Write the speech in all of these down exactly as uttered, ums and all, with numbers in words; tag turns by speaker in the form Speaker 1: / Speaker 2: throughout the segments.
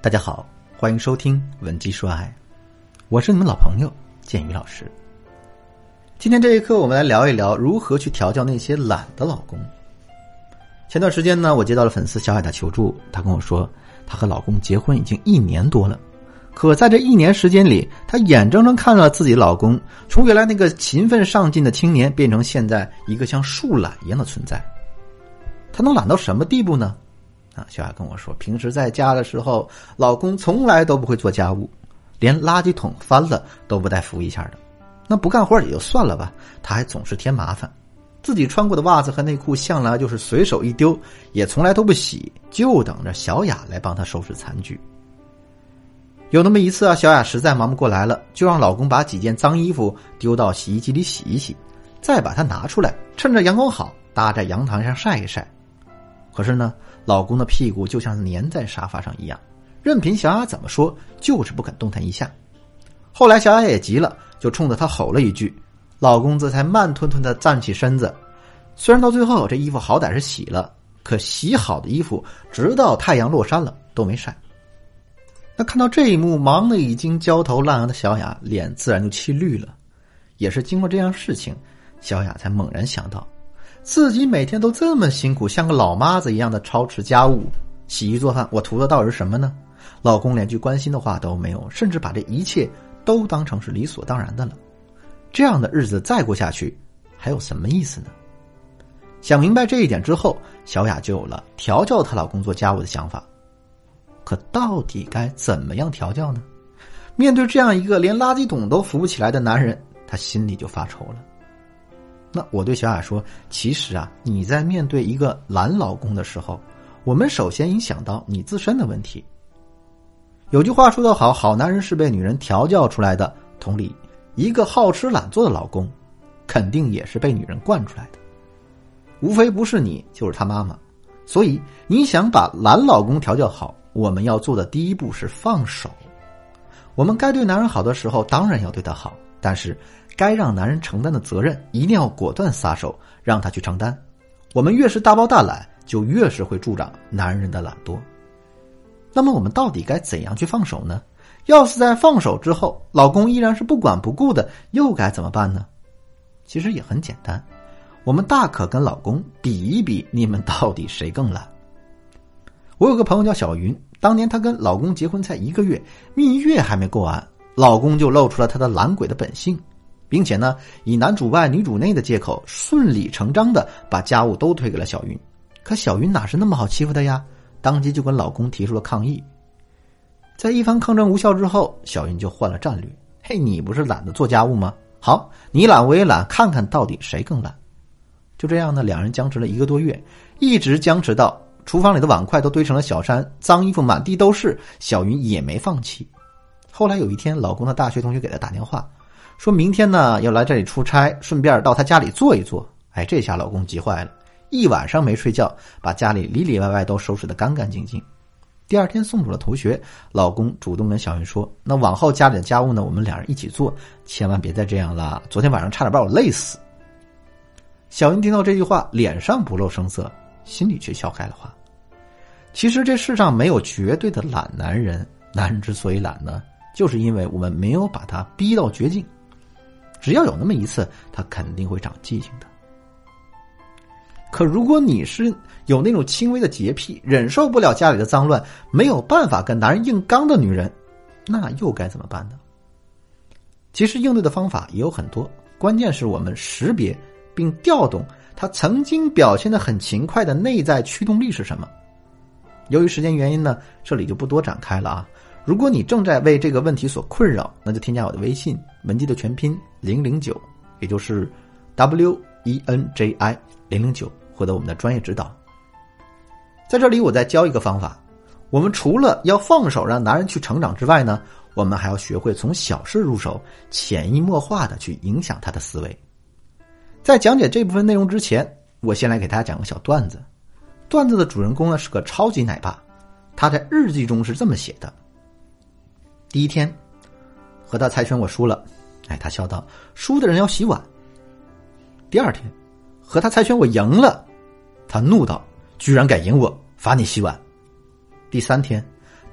Speaker 1: 大家好，欢迎收听文姬说爱，我是你们老朋友建宇老师。今天这一课我们来聊一聊如何去调教那些懒的老公。前段时间呢，我接到了粉丝小海的求助，她跟我说她和老公结婚已经一年多了，可在这一年时间里，她眼睁睁看了自己老公从原来那个勤奋上进的青年变成现在一个像树懒一样的存在。她能懒到什么地步呢？啊，小海跟我说，平时在家的时候，老公从来都不会做家务，连垃圾桶翻了都不带扶一下的。那不干活也就算了吧，他还总是添麻烦。自己穿过的袜子和内裤向来就是随手一丢，也从来都不洗，就等着小雅来帮他收拾残局。有那么一次啊，小雅实在忙不过来了，就让老公把几件脏衣服丢到洗衣机里洗一洗，再把它拿出来，趁着阳光好搭在阳台上晒一晒。可是呢，老公的屁股就像粘在沙发上一样，任凭小雅怎么说，就是不肯动弹一下。后来小雅也急了，就冲着他吼了一句，老公这才慢吞吞地站起身子。虽然到最后这衣服好歹是洗了，可洗好的衣服直到太阳落山了都没晒。那看到这一幕，忙得已经焦头烂额的小雅脸自然就气绿了。也是经过这样事情，小雅才猛然想到，自己每天都这么辛苦，像个老妈子一样的操持家务，洗衣做饭，我图的到底是什么呢？老公连句关心的话都没有，甚至把这一切都当成是理所当然的了。这样的日子再过下去，还有什么意思呢？想明白这一点之后，小雅就有了调教她老公做家务的想法。可到底该怎么样调教呢？面对这样一个连垃圾桶都扶不起来的男人，她心里就发愁了。那我对小雅说，其实啊，你在面对一个懒老公的时候，我们首先影响到你自身的问题。有句话说得好，好男人是被女人调教出来的，同理，一个好吃懒做的老公肯定也是被女人惯出来的，无非不是你就是他妈妈。所以你想把懒老公调教好，我们要做的第一步是放手。我们该对男人好的时候当然要对他好，但是该让男人承担的责任一定要果断撒手，让他去承担。我们越是大包大揽，就越是会助长男人的懒惰。那么我们到底该怎样去放手呢？要是在放手之后，老公依然是不管不顾的，又该怎么办呢？其实也很简单，我们大可跟老公比一比，你们到底谁更懒。我有个朋友叫小云，当年她跟老公结婚才一个月，蜜月还没过完，老公就露出了他的懒鬼的本性，并且呢，以男主外女主内的借口，顺理成章的把家务都推给了小云。可小云哪是那么好欺负的呀？当即就跟老公提出了抗议。在一番抗争无效之后，小云就换了战略。嘿，你不是懒得做家务吗？好，你懒我也懒，看看到底谁更懒。就这样呢，两人僵持了一个多月，一直僵持到厨房里的碗筷都堆成了小山，脏衣服满地都是，小云也没放弃。后来有一天，老公的大学同学给他打电话，说明天呢要来这里出差，顺便到他家里坐一坐。哎，这下老公急坏了，一晚上没睡觉，把家里里里外外都收拾得干干净净。第二天送走了同学，老公主动跟小云说，那往后家里的家务呢，我们两人一起做，千万别再这样了，昨天晚上差点把我累死。小云听到这句话，脸上不露声色，心里却笑开了花。其实这世上没有绝对的懒男人，男人之所以懒呢，就是因为我们没有把他逼到绝境，只要有那么一次，他肯定会长记性的。可如果你是有那种轻微的洁癖，忍受不了家里的脏乱，没有办法跟男人硬刚的女人，那又该怎么办呢？其实应对的方法也有很多，关键是我们识别并调动他曾经表现得很勤快的内在驱动力是什么。由于时间原因呢，这里就不多展开了啊。如果你正在为这个问题所困扰，那就添加我的微信文姬的全拼零零九，也就是 W E N J I 零零九，获得我们的专业指导。在这里我再教一个方法，我们除了要放手让男人去成长之外呢，我们还要学会从小事入手，潜移默化的去影响他的思维。在讲解这部分内容之前，我先来给大家讲个小段子。段子的主人公呢是个超级奶爸，他在日记中是这么写的：第一天和他猜拳我输了，哎，他笑道，输的人要洗碗。第二天和他猜拳我赢了，他怒道，居然敢赢我，罚你洗碗。第三天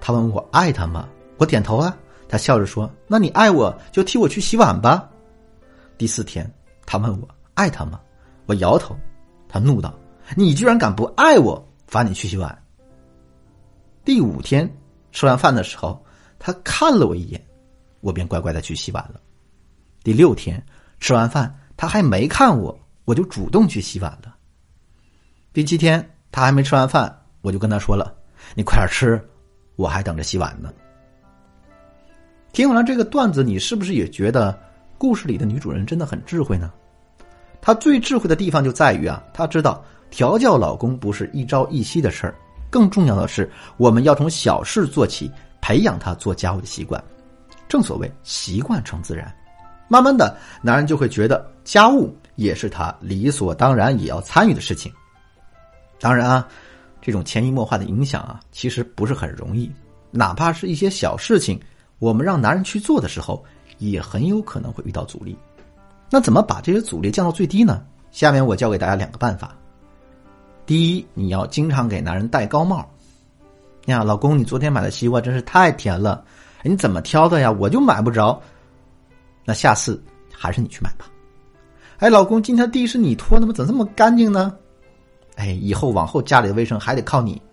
Speaker 1: 他问我爱他吗？我点头啊。他笑着说，那你爱我就替我去洗碗吧。第四天，他问我爱他吗？我摇头。他怒道，你居然敢不爱我，罚你去洗碗。第五天吃完饭的时候，他看了我一眼，我便乖乖的去洗碗了。第六天吃完饭，他还没看我，我就主动去洗碗了。第七天他还没吃完饭，我就跟他说了，你快点吃，我还等着洗碗呢。听完了这个段子，你是不是也觉得故事里的女主人真的很智慧呢？她最智慧的地方就在于啊，她知道调教老公不是一朝一夕的事儿，更重要的是我们要从小事做起，培养他做家务的习惯。正所谓习惯成自然，慢慢的男人就会觉得家务也是他理所当然也要参与的事情。当然啊，这种潜移默化的影响啊，其实不是很容易，哪怕是一些小事情我们让男人去做的时候，也很有可能会遇到阻力。那怎么把这些阻力降到最低呢？下面我教给大家两个办法。第一，你要经常给男人戴高帽。呀，老公，你昨天买的西瓜真是太甜了，你怎么挑的呀？我就买不着。那下次还是你去买吧。哎，老公，今天地是你拖的吗？怎么这么干净呢？哎，以后往后家里的卫生还得靠你。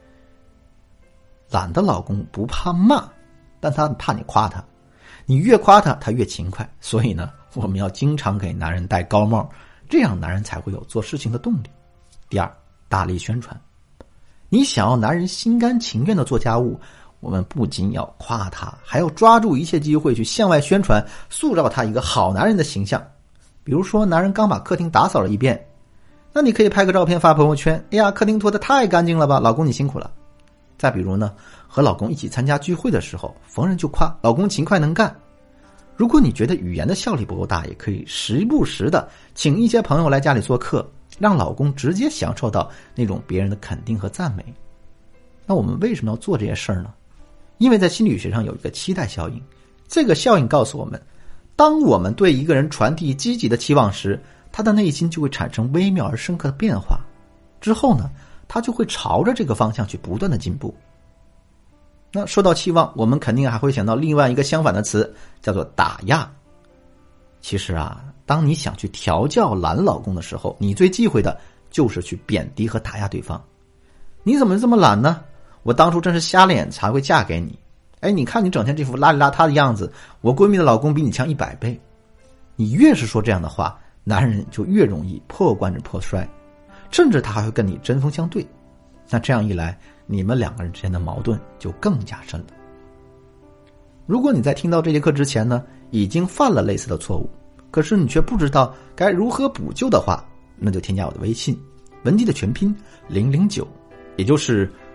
Speaker 1: 懒的老公不怕骂，但他怕你夸他，你越夸他，他越勤快。所以呢，我们要经常给男人戴高帽，这样男人才会有做事情的动力。第二，大力宣传。你想要男人心甘情愿的做家务，我们不仅要夸他，还要抓住一切机会去向外宣传，塑造他一个好男人的形象。比如说，男人刚把客厅打扫了一遍，那你可以拍个照片发朋友圈，哎呀，客厅拖得太干净了吧，老公你辛苦了。再比如呢，和老公一起参加聚会的时候，逢人就夸老公勤快能干。如果你觉得语言的效力不够大，也可以时不时的请一些朋友来家里做客，让老公直接享受到那种别人的肯定和赞美。那我们为什么要做这些事儿呢？因为在心理学上有一个期待效应，这个效应告诉我们，当我们对一个人传递积极的期望时，他的内心就会产生微妙而深刻的变化，之后呢，他就会朝着这个方向去不断的进步。那说到期望，我们肯定还会想到另外一个相反的词，叫做打压。其实啊，当你想去调教懒老公的时候，你最忌讳的就是去贬低和打压对方。你怎么这么懒呢？我当初真是瞎了眼才会嫁给你。哎，你看你整天这副邋里邋遢的样子，我闺蜜的老公比你强一百倍。你越是说这样的话，男人就越容易破罐子破摔，甚至他还会跟你针锋相对。那这样一来，你们两个人之间的矛盾就更加深了。如果你在听到这节课之前呢，已经犯了类似的错误，可是你却不知道该如何补救的话，那就添加我的微信文姬的全拼零零九，也就是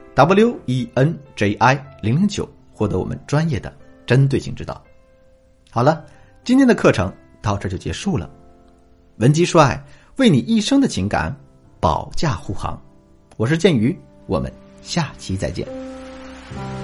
Speaker 1: W E N J I 零零九，获得我们专业的针对性指导。好了，今天的课程到这就结束了。文姬说爱，为你一生的情感保驾护航。我是建宇，我们下期再见。